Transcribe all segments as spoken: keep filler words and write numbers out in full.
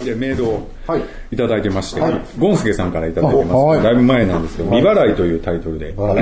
でメールをいただいてまして、はい、ゴンスケさんからいただいてます、はい、だいぶ前なんですけど、未払いというタイトルで、はい、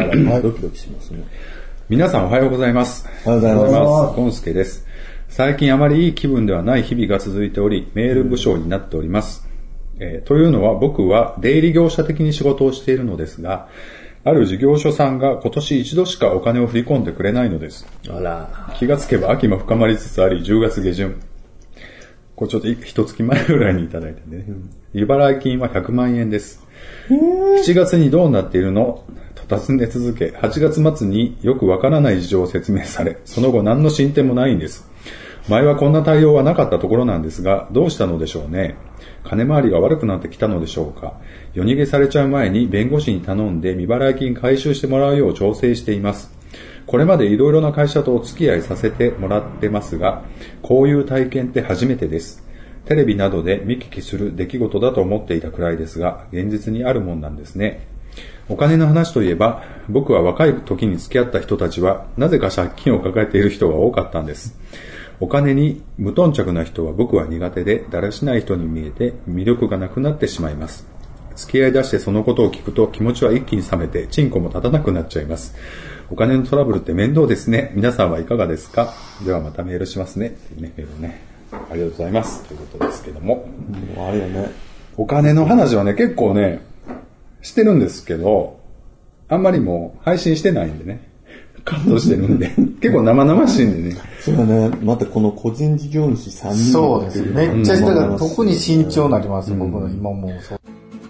ドキドキしますね。 皆さんおはようございます。 おはようございます。 ゴンスケです。最近あまりいい気分ではない日々が続いており、メール不詳になっております、えー、というのは僕は出入り業者的に仕事をしているのですが、ある事業所さんが今年一度しかお金を振り込んでくれないのです。 あら。 気がつけば秋も深まりつつあり、じゅうがつ下旬。これちょっと一月前ぐらいにいただいてね。利払い金はひゃくまんえんです。しちがつにどうなっているのと尋ね続け、はちがつ末によくわからない事情を説明され、その後何の進展もないんです。前はこんな対応はなかったところなんですが、どうしたのでしょうね。金回りが悪くなってきたのでしょうか。夜逃げされちゃう前に弁護士に頼んで未払い金回収してもらうよう調整しています。これまでいろいろな会社とお付き合いさせてもらってますが、こういう体験って初めてです。テレビなどで見聞きする出来事だと思っていたくらいですが、現実にあるもんなんですね。お金の話といえば、僕は若い時に付き合った人たちは、なぜか借金を抱えている人が多かったんです。お金に無頓着な人は僕は苦手で、だらしない人に見えて魅力がなくなってしまいます。付き合い出してそのことを聞くと気持ちは一気に冷めて、チンコも立たなくなっちゃいます。お金のトラブルって面倒ですね。皆さんはいかがですか？ではまたメールしますね。っていうね、メールね。ありがとうございます。ということですけども。 もうあれよね。 お金の話はね、結構ね、してるんですけど、あんまりもう配信してないんでね。カットしてるんで。結構生々しいんでね。 そうだね。またこの個人事業主さんにん。 そうです。めっちゃ、だから特に慎重になります、うん、僕の今もうそう。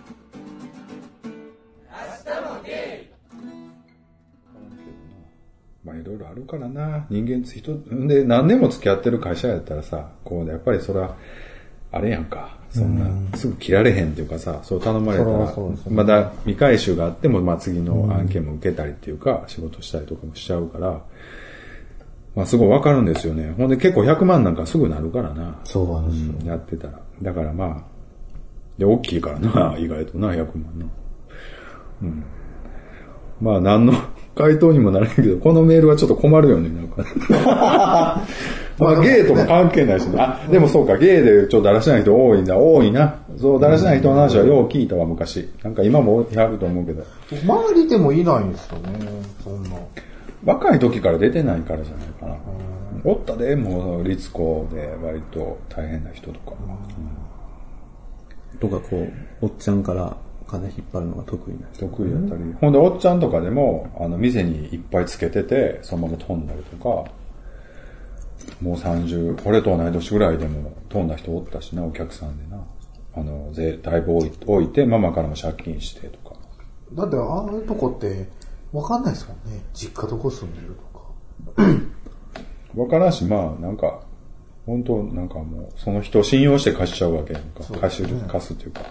まあいろいろあるからな。人間人で何年も付き合ってる会社やったらさ、こうやっぱりそれはあれやんか。そんな、うん、すぐ切られへんっていうかさ、そう頼まれたら、ね、まだ未回収があってもまあ次の案件も受けたりっていうか、うん、仕事したりとかもしちゃうから、まあすごいわかるんですよね。ほんで結構ひゃくまんなんかすぐなるからな。 そうなんですよ、 うん、やってたら。だからまあで大きいからな、意外となひゃくまんな。うん。まあ何の回答にもならないけど、このメールはちょっと困るよね、なんか。まあゲイとも関係ないしね。あ、でもそうか、ゲイでちょっとだらしない人多いんだ、多いな。そう、だらしない人の話はよう聞いたわ、昔。なんか今もやると思うけど。 周りでもいないんですよね、そんな。 若い時から出てないからじゃないかな。おったで、もう、律子で割と大変な人とか。 うん、とかこう、おっちゃんから金引っ張るのが得意な人。 得意やったり。うん、ほんで、おっちゃんとかでも、あの、店にいっぱいつけてて、そのまま飛んだりとか、もうさんじゅう、俺と同い年ぐらいでも飛んだ人おったしな、お客さんでな。あの、税、だいぶ置い置いて、ママからも借金してとか。 だってああいうとこって、わかんないですもんね。実家どこ住んでるとか。 わからんし、まあ、なんか、本当なんかもう、その人を信用して貸しちゃうわけやんか。ね、貸し、貸すっていうか。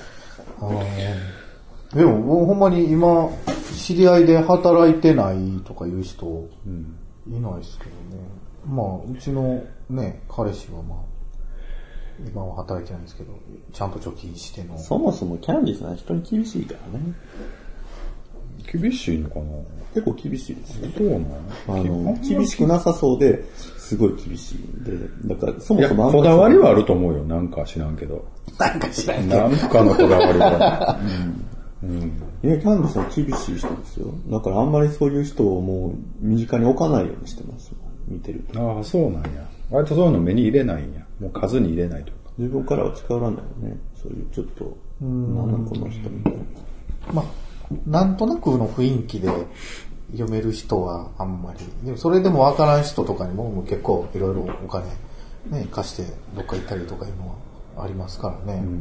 あでも、もうほんまに今、知り合いで働いてないとかいう人、うん、いないですけどね。まあ、うちのね、彼氏はまあ、今は働いてないんですけど、ちゃんと貯金しての。 そもそもキャンディーさんは人に厳しいからね。 厳しいのかな？ 結構厳しいですよ。 そうなの？ あの、厳しくなさそうで、すごい厳しいんで、だからそもそもこだわりはあると思うよ。なんか知らんけど。 なんか知らんけど。 なんかのこだわりは。うんうん、いや、キャンディーさん厳しい人ですよ。だからあんまりそういう人をもう身近に置かないようにしてます。見てると。 ああ、そうなんや。割とそういうの目に入れないんや。もう数に入れないとか。 自分からは近寄らないよね。そういうちょっと、なんだこの人みたいな。 まあ、なんとなくの雰囲気で読める人はあんまり。でもそれでもわからん人とかにも結構いろいろお金ね、貸してどっか行ったりとかいうのはありますからね。うん、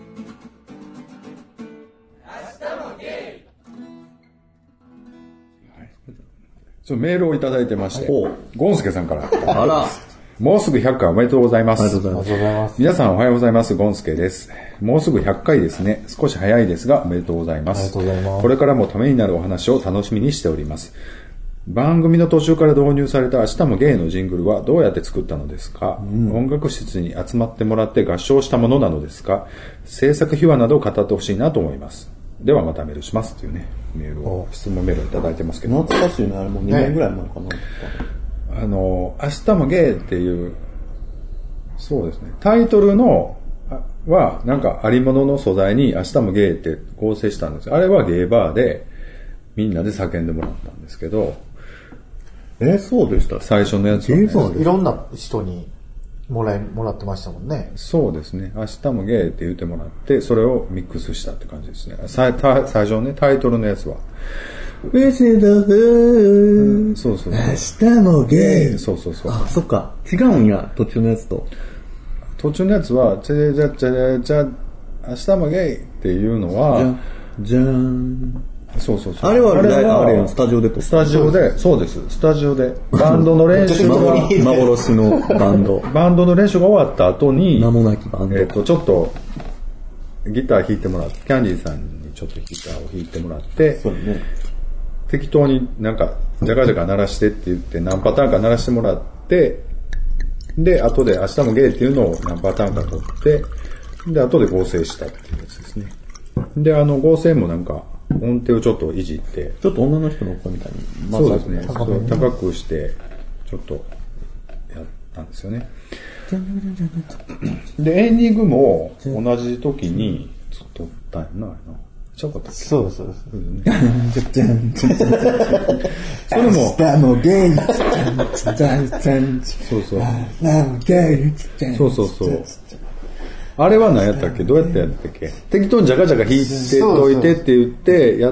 ちょメールをいただいてまして、ゴンスケさんから。 あら。 もうすぐひゃっかいおめでとうございます。 ありがとうございます。 皆さんおはようございます。ゴンスケです。もうすぐひゃっかいですね。少し早いですがおめでとうございます。 ありがとうございます。 これからもためになるお話を楽しみにしております。番組の途中から導入された明日もゲイのジングルはどうやって作ったのですか、うん、音楽室に集まってもらって合唱したものなのですか？制作秘話などを語ってほしいなと思います。ではまたメールしますっていうね、メールを、質問メールをいただいてますけど。 懐かしいな、あれもうにねんぐらい前かな。ね、 あの、明日もゲイっていう、そうですね、タイトルのは、なんかありものの素材に明日もゲイって構成したんですよ。あれはゲイバーでみんなで叫んでもらったんですけど、 えー、そうでした。 最初のやつは、ね、 ゲイバーでいろんな人にもらい、もらってましたもんね。 そうですね。明日もゲイって言ってもらって、それをミックスしたって感じですね。最初のね、タイトルのやつは。 Wish the food、 そうそうそう。 明日もゲイ。 そうそうそう。 あ、そっか。違うんや、途中のやつと。 途中のやつは、ちゃちゃちゃちゃ、明日もゲイっていうのは、 じゃーん。 そうそうそう。 あれはあれは、あれスタジオで撮った。 スタジオで、そうです。スタジオで。バンドの練習が、 幻のバンド。 バンドの練習が終わった後に、 名もなきバンド。 えっと、ちょっと、ギター弾いてもらって、キャンディーさんにちょっとギターを弾いてもらって、 そうね。 適当になんか、ジャカジャカ鳴らしてって言って、何パターンか鳴らしてもらって、で、後で明日もゲイっていうのを何パターンか取って、で、後で合成したっていうやつですね。で、あの、合成もなんか、音程をちょっといじって。 ちょっと女の人の声みたいに。 そうですね。そう高くして、ちょっと、やったんですよね。で、エンディングも同じ時に撮ったんやな、あれな。ちゃうかったっけ？ そうです、そうです。 それも、 明日もゲイ。 そうそう。 明日もゲイ。 そうそうそう。あれは何やったっけ？どうやってやったっけ？適当にジャカジャカ弾いてといてって言ってやって、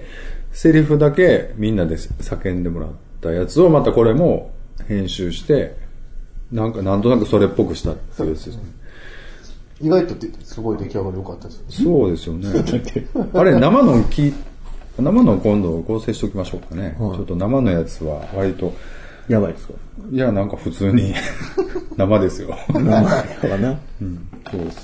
セリフだけみんなで叫んでもらったやつをまたこれも編集して、なんかなんとなくそれっぽくしたっていうやつですね。 意外とすごい出来上がり良かったです。 そうですよね。あれ生のき生の今度合成しておきましょうかね。はい、ちょっと生のやつは割とやばいですか？ いやなんか普通に生ですよ。 生かな。 うん、そうです。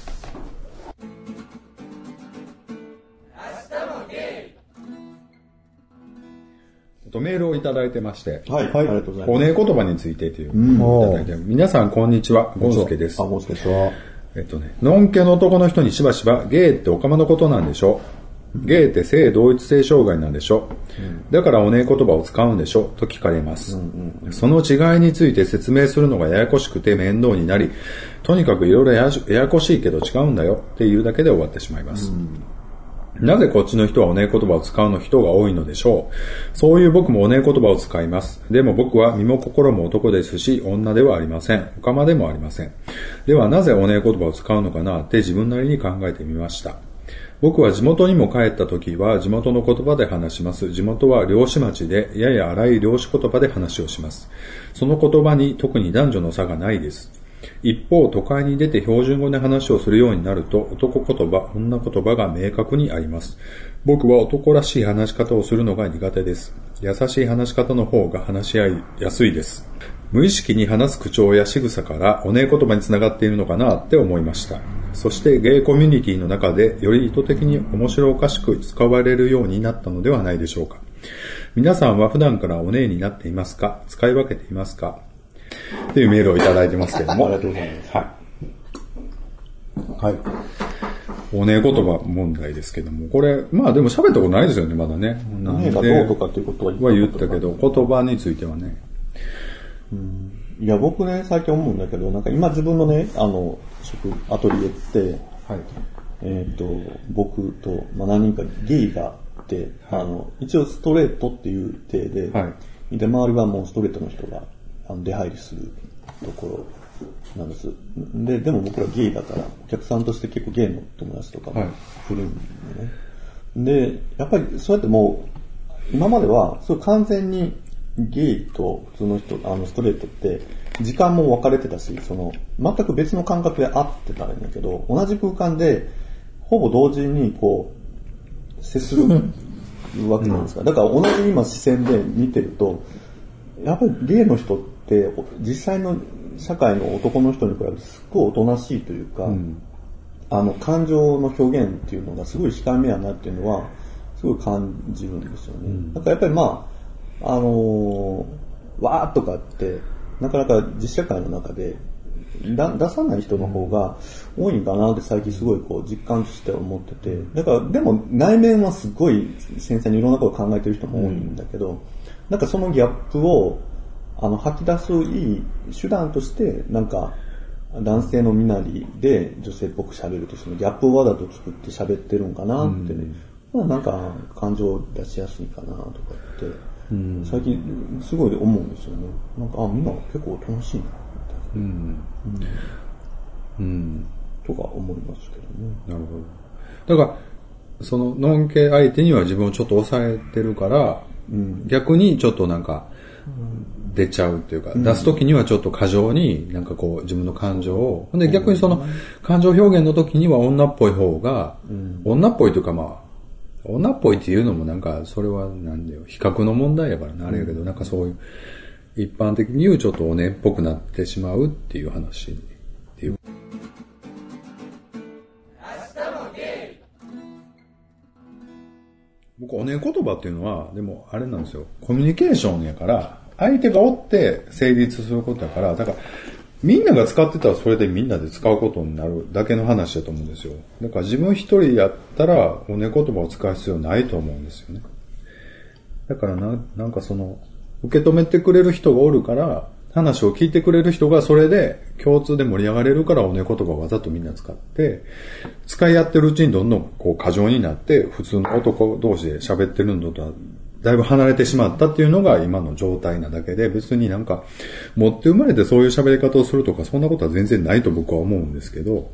メールをいただいてまして、 はい、はい、ありがとうございます。 おねえ言葉についてという、うん、いただいて、皆さんこんにちは、ゴンスケです。 あ、ゴンスケですわ。 えっとね、のんけの男の人にしばしばゲイってオカマのことなんでしょ？ゲイって性同一性障害なんでしょ？うん、だからおねえ言葉を使うんでしょ？と聞かれます、うんうん。その違いについて説明するのがややこしくて面倒になり、とにかくいろいろややこしいけど違うんだよっていうだけで終わってしまいます。うんなぜこっちの人はおねえ言葉を使うの人が多いのでしょう。そういう僕もおねえ言葉を使います。でも僕は身も心も男ですし、女ではありません。オカマでもありません。ではなぜおねえ言葉を使うのかなって自分なりに考えてみました。僕は地元にも帰った時は地元の言葉で話します。地元は漁師町でやや荒い漁師言葉で話をします。その言葉に特に男女の差がないです。一方、都会に出て標準語で話をするようになると、男言葉、女言葉が明確にあります。僕は男らしい話し方をするのが苦手です。優しい話し方の方が話し合いやすいです。無意識に話す口調や仕草からおねえ言葉につながっているのかなって思いました。そしてゲイコミュニティの中でより意図的に面白おかしく使われるようになったのではないでしょうか。皆さんは普段からおねえになっていますか？使い分けていますか？っていうメールをいただいてますけども。 ありがとうございます。 はい。はい。おねえ言葉問題ですけども、これ、まあでも喋ったことないですよね、まだね。 何がどうとかっていうことはは言ったけど、言葉についてはね。 うん、いや、僕ね、最近思うんだけど、なんか今自分のね、あの、職、アトリエって、はい、えっと、僕と、まあ、何人かゲイがいて、はい、あの、一応ストレートっていう体で、はい、で、周りはもうストレートの人が、あの出入りするところなんです。で、でも僕らゲイだから、お客さんとして結構ゲイの友達とかも来るんでね。はい、で、やっぱりそうやってもう、今までは、そう完全にゲイと普通の人、あのストレートって、時間も分かれてたし、その、全く別の感覚で会ってたんだけど、同じ空間で、ほぼ同時にこう、接するわけなんですか。だから同じ今視線で見てると、やっぱりゲイの人って実際の社会の男の人に比べてすっごいおとなしいというか、うん、あの感情の表現っていうのがすごい控えめやなっていうのはすごい感じるんですよね。うん、だからやっぱりまああのー、わーっとかってなかなか実社会の中でだ出さない人の方が多いんかなって最近すごいこう実感として思ってて、だからでも内面はすごい繊細にいろんなことを考えてる人も多いんだけど、うんなんかそのギャップをあの吐き出すいい手段としてなんか男性の身なりで女性っぽく喋ると、そのギャップをわざと作って喋ってるんかなってね。うん、まあなんか感情を出しやすいかなとかって、うん、最近すごい思うんですよね。なんか、あ、みんな結構楽しいな、みたいな。うん。うん。うん、とか思いますけどね。 なるほど。だから、その、ノン系相手には自分をちょっと抑えてるから、うん、逆にちょっとなんか、出ちゃうっていうか、うん、出すときにはちょっと過剰になんかこう自分の感情を、ほんで逆にその感情表現のときには女っぽい方が、うん、女っぽいというかまあ、女っぽいっていうのもなんか、それはなんだよ、比較の問題やからな、あれやけど、うん、なんかそういう、一般的に言うちょっとおねっぽくなってしまうっていう話っていう。僕、おね言葉っていうのは、でもあれなんですよ、コミュニケーションやから、相手がおって成立することだから、だから、みんなが使ってたらそれでみんなで使うことになるだけの話だと思うんですよ。だから自分一人やったら、おね言葉を使う必要ないと思うんですよね。だからな、なんかその、受け止めてくれる人がおるから、話を聞いてくれる人がそれで共通で盛り上がれるからおね言葉をわざとみんな使って、使い合ってるうちにどんどんこう過剰になって、普通の男同士で喋ってるのとはだいぶ離れてしまったっていうのが今の状態なだけで、別になんか持って生まれてそういう喋り方をするとかそんなことは全然ないと僕は思うんですけど、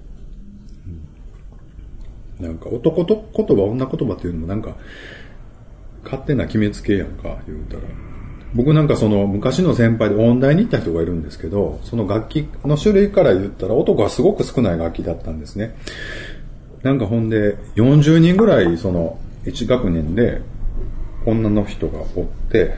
なんか男と言葉女言葉っていうのもなんか勝手な決めつけやんか言うたら、僕なんかその昔の先輩で音大に行った人がいるんですけど、その楽器の種類から言ったら男はすごく少ない楽器だったんですね。なんかほんでよんじゅうにんぐらいそのいち学年で女の人がおって、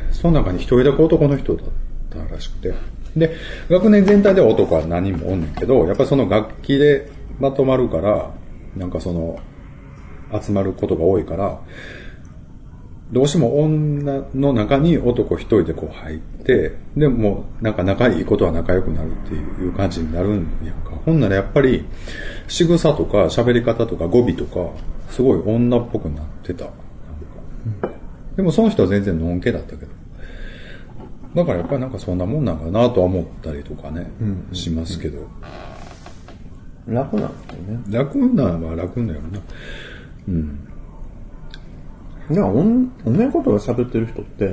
その中に一人だけ男の人だったらしくて、で学年全体では男は何人もおんねんけど、やっぱりその楽器でまとまるから、なんかその集まることが多いから、どうしても女の中に男一人でこう入って、でもなんか仲いいことは仲良くなるっていう感じになるんやんか。ほんならやっぱり仕草とか喋り方とか語尾とかすごい女っぽくなってた。なんか、うん、でもその人は全然のんけだったけど。だからやっぱりなんかそんなもんなんかなとは思ったりとかね、うん、しますけど。 楽なんだよね。 楽なんは楽なんやろな。うん。 いや、おん、同じことを喋ってる人って、うん、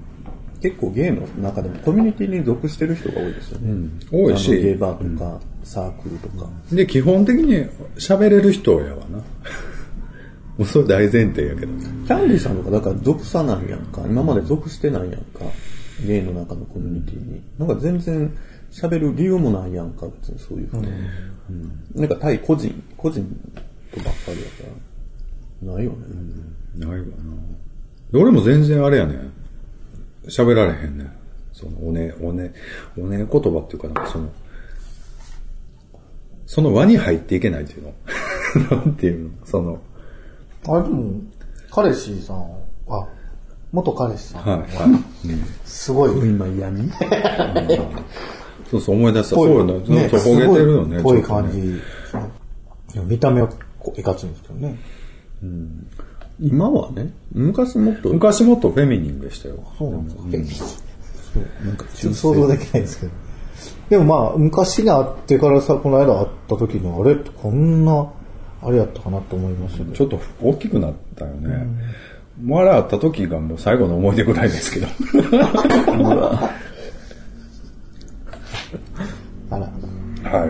結構ゲイの中でもコミュニティに属してる人が多いですよね。うん、 多いし。 ゲイバーとか、うん、サークルとか。 で、基本的に喋れる人やわな。もうそれ大前提やけど。 キャンディーさんとか、だから属さないやんか。今まで属してないやんか。ゲイの中のコミュニティに。なんか全然喋る理由もないやんか、別にそういうふうに。うん、なんか対個人、個人とばっかりやから。ないよね。 うん、ないわな。俺も全然あれやねん。喋られへんねん。その、おね、おね、おね言葉っていうかなんかその、その輪に入っていけないっていうの。なんていうのその。 あ、でも、彼氏さん、あ、元彼氏さん。はい、はい。うん、すごい。 今嫌味そうそう、思い出した。そういうの、ね、とほげてるよね。 ぽい感じ。見た目はこういかついんですけどね。 うん、今はね、昔もっと昔もっとフェミニンでしたよ。 そうなんですか。フェミニン。そうなんかちょっと想像できないですけど。でもまあ昔に会ってからさ、この間会った時のあれってこんなあれやったかなと思いましたけど。 ちょっと大きくなったよね。うん、もうあれ会った時がもう最後の思い出ぐらいですけど。 あら。 はい。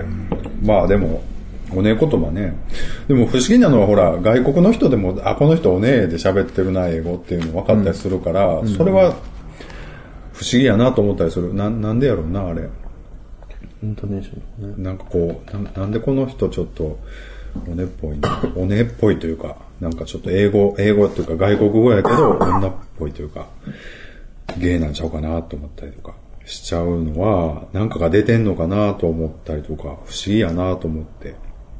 まあでも。おね言葉ね。でも不思議なのはほら、外国の人でも、あ、この人おねで喋ってるな、英語っていうの分かったりするから、うん、それは不思議やなと思ったりする。な、なんでやろうな、あれ。 イントネーションね。 なんかこうな、なんでこの人ちょっと、おねっぽいな。おねっぽいというか、なんかちょっと英語、英語っていうか外国語やけど、女っぽいというか、ゲイなんちゃうかなと思ったりとかしちゃうのは、なんかが出てんのかなと思ったりとか、不思議やなと思って。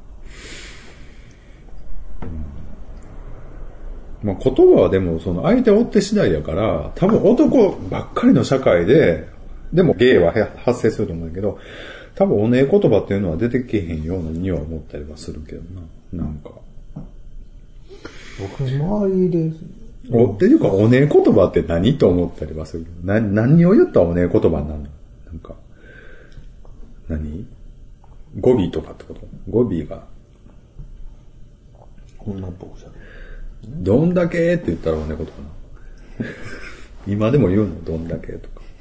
まあ、言葉はでもその相手を追って次第やから多分男ばっかりの社会ででもゲイは発生すると思うんだけど多分おね言葉っていうのは出てけへんようなには思ったりはするけどななんか僕周りでおっていうかおね言葉って何と思ったりはするな何を言ったらおね言葉になるのなんか何語尾とかってこと？語尾が。 女っぽくしゃべる。 どんだけって言ったら女ことかな。今でも言うの？どんだけとか。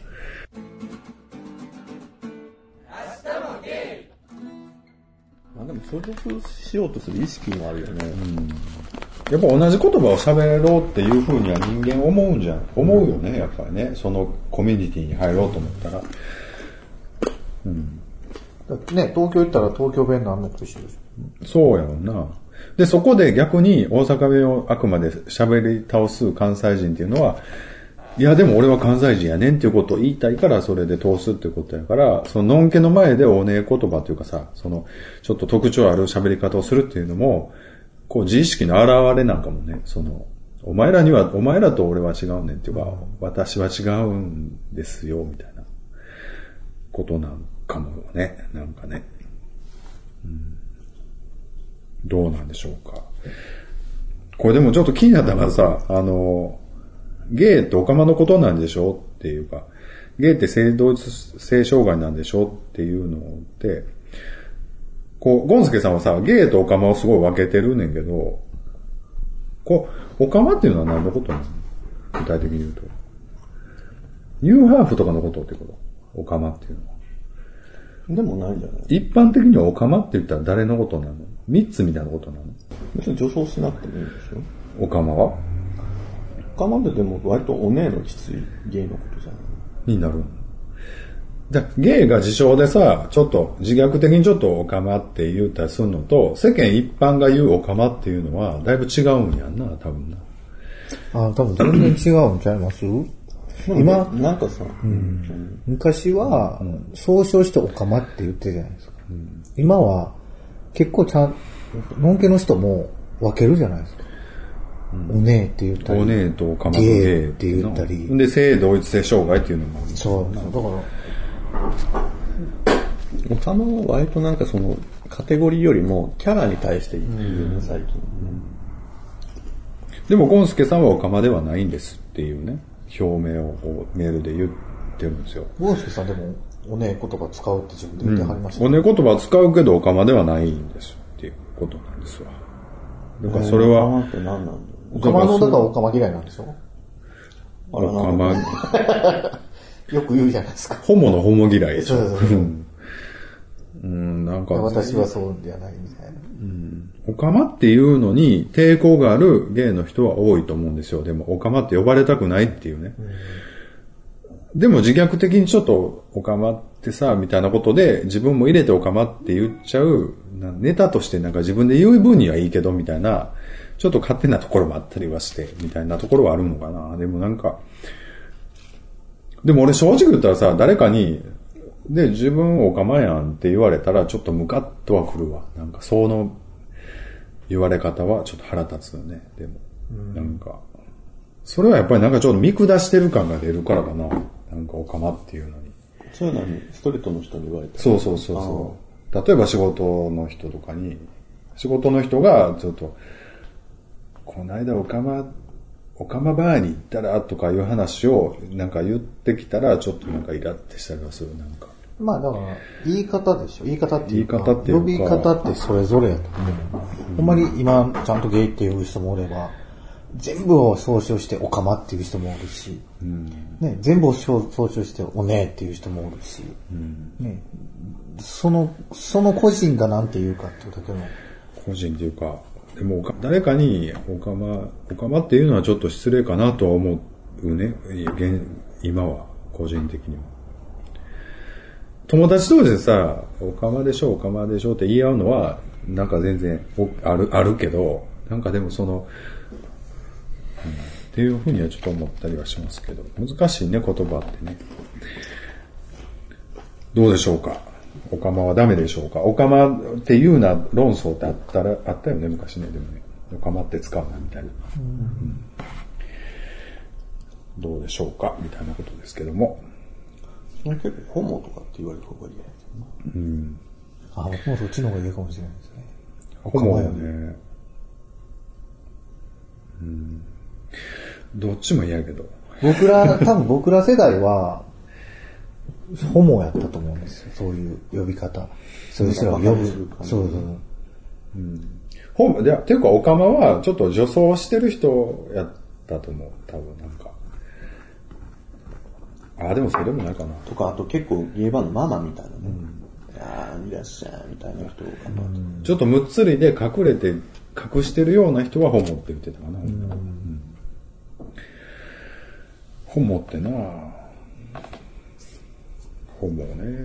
まあでも所属しようとする意識もあるよね。うん。 やっぱ同じ言葉を喋ろうっていう風には人間思うんじゃん。思うよね、やっぱりね。そのコミュニティに入ろうと思ったら。 うん。だってね、東京行ったら東京弁なんのと一緒でしょ。そうやろな。で、そこで逆に大阪弁をあくまで喋り倒す関西人っていうのは、いやでも俺は関西人やねんっていうことを言いたいからそれで通すっていうことやから、そののんけの前でおねえ言葉というかさ、そのちょっと特徴ある喋り方をするっていうのも、こう自意識の表れなんかもね、その、お前らには、お前らと俺は違うねんっていうか、私は違うんですよ、みたいなことなんかもね、なんかね。うん、どうなんでしょうか。これでもちょっと気になったのがさ、あの、ゲイってオカマのことなんでしょっていうか、ゲイって性同一性障害なんでしょっていうのって、こう、ゴンスケさんはさ、ゲイとオカマをすごい分けてるねんけど、こう、オカマっていうのは何のことなの？具体的に言うと。ニューハーフとかのことってこと？オカマっていうのは。 でもないんじゃない？ 一般的にはオカマって言ったら誰のことなの？ミッツみたいなことなの？ 別に女装しなくてもいいんでしょ？ オカマは？ オカマってでも割とお姉のきついゲイのことじゃない？ になる。じゃゲイが自称でさ、ちょっと自虐的にちょっとオカマって言うたりするのと、世間一般が言うオカマっていうのはだいぶ違うんやんな、多分な。 ああ、多分全然違うんちゃいます？今、 なんかさ、 うん、昔は、総称してオカマって言ってるじゃないですか。うん、今は、結構ちゃん、のんけの人も分けるじゃないですか。うん、おねえって言ったり。 おねえとオカマとゲイって言ったり。 で、性同一性障害っていうのもある。 そう、だから。 オカマは割となんかその、カテゴリーよりもキャラに対して言うね、うん、最近、うん。 でも、ゴンスケさんはオカマではないんですっていうね。表明をメールで言ってるんですよ。 ゴンスケさんでもおねえ言葉使うって自分で言ってはりました、 ね、うん、おねえ言葉使うけどオカマではないんですっていうことなんですわ。だからそれは、 オカマって何なんだろう。 オカマのだからオカマ嫌いなんでしょ？ オカマよく言うじゃないですか。 ホモのホモ嫌いでしょ。 そうそうそう。 うん、なんか私はそうではないみたいな。 うん、オカマっていうのに抵抗があるゲイの人は多いと思うんですよ。でもオカマって呼ばれたくないっていうね。うん、でも自虐的にちょっとオカマってさみたいなことで自分も入れてオカマって言っちゃうネタとしてなんか自分で言う分にはいいけどみたいなちょっと勝手なところもあったりはしてみたいなところはあるのかな。でもなんかでも俺正直言ったらさ誰かにで、自分オカマやんって言われたらちょっとムカッとはくるわ。なんかその言われ方はちょっと腹立つよね。でも、うん、なんか、それはやっぱりなんかちょっと見下してる感が出るからかな。なんかオカマっていうのに。 そういうのにストレートの人に言われた。 そうそうそうそう。例えば仕事の人とかに、仕事の人がちょっと、この間オカマ、オカマバーに行ったらとかいう話をなんか言ってきたらちょっとなんかイラってしたりはする。なんか。 まあだから言い方でしょ。言い方っていうか、 言い方っていうか呼び方ってそれぞれやと思う。うん、ほんまに今ちゃんとゲイっていう人もおれば、全部を総称してオカマっていう人もおるし、うん、ね、全部を総称しておねえっていう人もおるし、うん、ね、そのその個人がなんて言うかっていうだけの個人っていうか、でも誰かにオカマオカマっていうのはちょっと失礼かなとは思うね。今は個人的には。友達同士でさ、オカマでしょ、オカマでしょって言い合うのは、なんか全然ある、あるけど、なんかでもその、うん、っていうふうにはちょっと思ったりはしますけど、難しいね、言葉ってね。どうでしょうか。オカマはダメでしょうか。オカマっていうな論争ってあったら、あったよね、昔ね、でもね。オカマって使うな、みたいな、うん。どうでしょうか、みたいなことですけども。 結構ホモとかって言われる方がいいやつ、うん。 あ、僕もそっちの方がいいかもしれないですね。 ホモはね。うん。どっちも嫌やけど。 僕ら、多分僕ら世代は、 ホモやったと思うんですよ、そういう呼び方。そういう人が呼ぶ。そうそう。 うん。ホモ、で、ていうか、オカマはちょっと女装してる人やったと思う。多分なんか。あ、でもそうでもないかな。 とか、あと結構ゲイバーのママみたいなね。うん、いやー、いらっしゃいみたいな人かな、うん。 ちょっとむっつりで隠れて、隠してるような人はホモって言ってたかな。うんうん、ホモってなぁ。ホモね。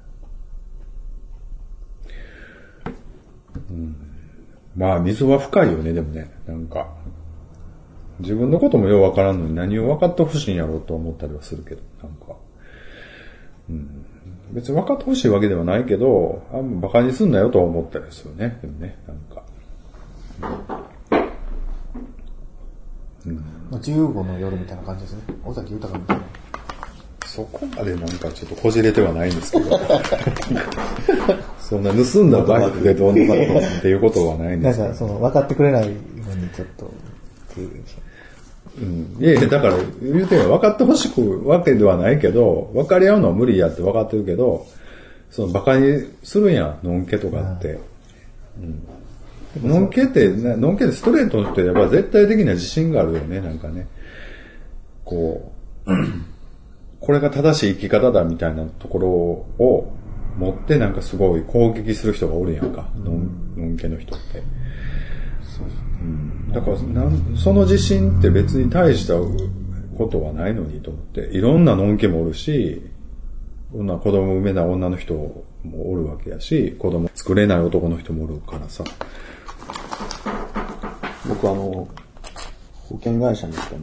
うん、まあ、溝は深いよね、でもね。なんか。自分のこともようわからんのに何を分かってほしいんやろうと思ったりはするけど、なんか。うん、別に分かってほしいわけではないけど、あんまバカにすんなよとは思ったりするね。でもね、なんか。 うんまあ、じゅうごの夜みたいな感じですね。尾崎豊みたいな。 そこまでなんかちょっとこじれてはないんですけど。そんな盗んだバイクでどうのかっていうことはないんですけど。 なんかその分かってくれないのにちょっと。 うん、いやいや、だから言うて分かってほしくわけではないけど、分かり合うのは無理やって分かってるけど、そのバカにするんや、のんけとかって。うん、のんけって、のんけってストレートってやっぱ絶対的な自信があるよね、なんかね。こう、これが正しい生き方だみたいなところを持ってなんかすごい攻撃する人がおるやんか、のん、のんけの人って。うん、だからなんその自信って別に大したことはないのにと思って、いろんなのんけもおるし、子供産めない女の人もおるわけやし、子供作れない男の人もおるからさ。 僕あの保険会社の人に、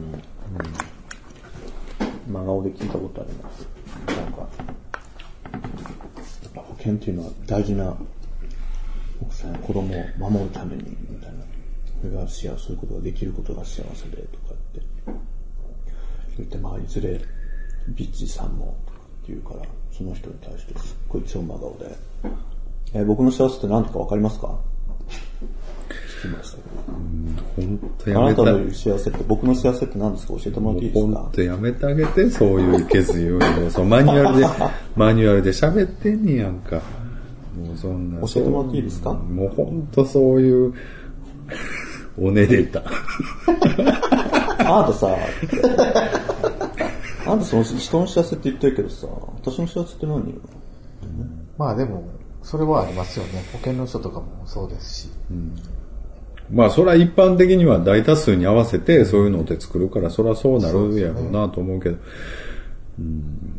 うん、真顔で聞いたことあります。なんかやっぱ保険っていうのは大事な奥さんや子供を守るためにみたいな。それが幸せ、そういうことができることが幸せでとかって言って、まあいずれビッチさんもとかって言うから、その人に対してすっごい超真顔で、えー、僕の幸せって何とかわかりますか？聞きましたけど。 うん、本当やめた。 あなたの言う幸せって、僕の幸せって何ですか？教えてもらっていいですか？ 本当やめてあげて、そういうケツ言うの。そのマニュアルでマニュアルで喋ってんねやんか。もうそんな。 教えてもらっていいですか？ もう本当そういう。おねでた。 あなたさ、あなたその人の幸せって言ってるけどさ、私の幸せって何よ、うん、 まあでも、それはありますよね。保険の人とかもそうですし。 うん、まあそれは一般的には大多数に合わせてそういうのって作るから、それはそうなるやろうなと思うけど、うん、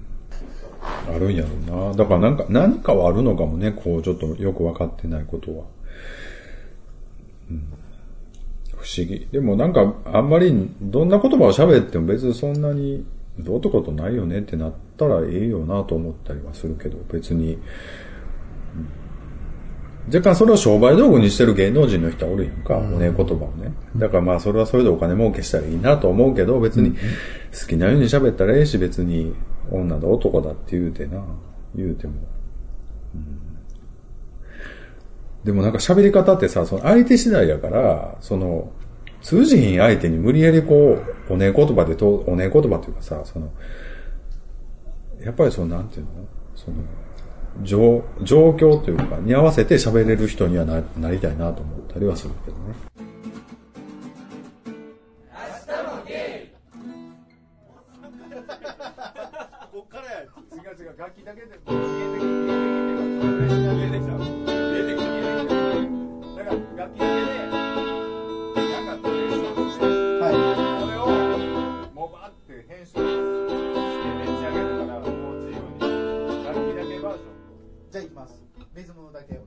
あるんやろうな。だからなんか、何かはあるのかもね、こうちょっとよく分かってないことは。うん、不思議。でもなんかあんまりどんな言葉を喋っても別にそんなにどうってことないよねってなったらいいよなと思ったりはするけど、別に、うん、若干それを商売道具にしてる芸能人の人はおるやんか、うん、おね言葉をね。だからまあそれはそれでお金儲けしたらいいなと思うけど、別に好きなように喋ったらええし、別に女だ男だって言うてな、言うても。うん、でもなんか喋り方ってさ、その相手次第やから、その、通じひん相手に無理やりこう、おね言葉でと、おね言葉っていうかさ、その、やっぱりその、なんていうのその、状、状況というか、に合わせて喋れる人には な, なりたいなと思ったりはするけどね。明日もゲイこっからや、違う違う、楽器だけで、見えてくる、見えてくる、見えてきちゃう。見えてきちゃう。だから、楽器だけで、なんか、練習して、はい。これを、もうバーって編集して、練習上げるから、もう自由に、楽器だけバージョン。 じゃあ行きます。リズムだけお願いします。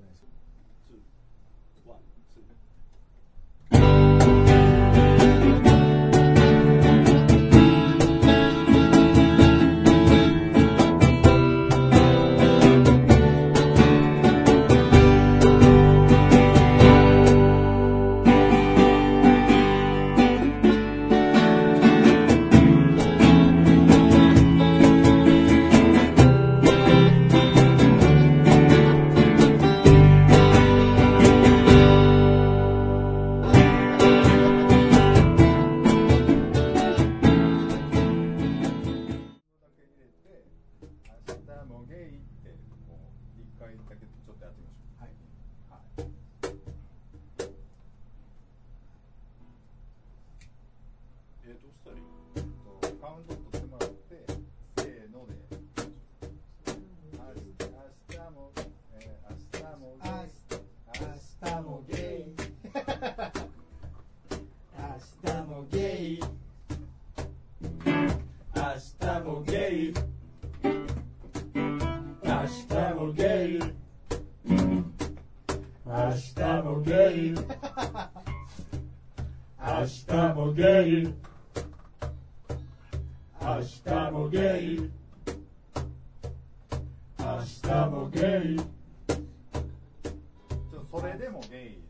「 日もゲイ明日もゲイ明日もゲイ明日もゲイ明日もゲイ明日もゲイちょそれでもゲイ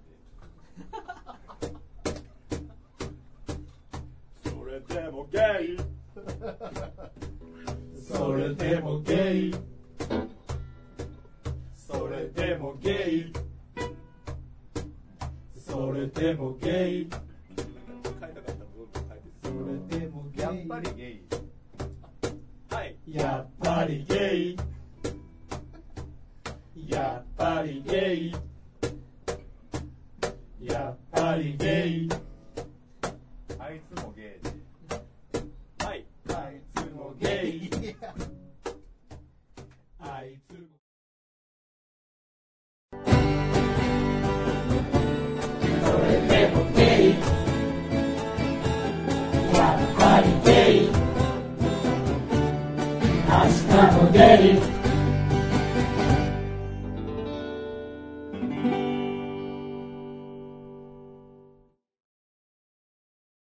それでもゲイそれでもゲイそれでもゲイそれでもゲイ書いたかったらどんどん書いてそれでもゲイやっぱりゲイはいやっぱりゲイやっぱりゲイやっぱりゲイあいつもゲイではいあいつもゲイあいつもそれでもゲイやっぱりゲイ明日もゲイ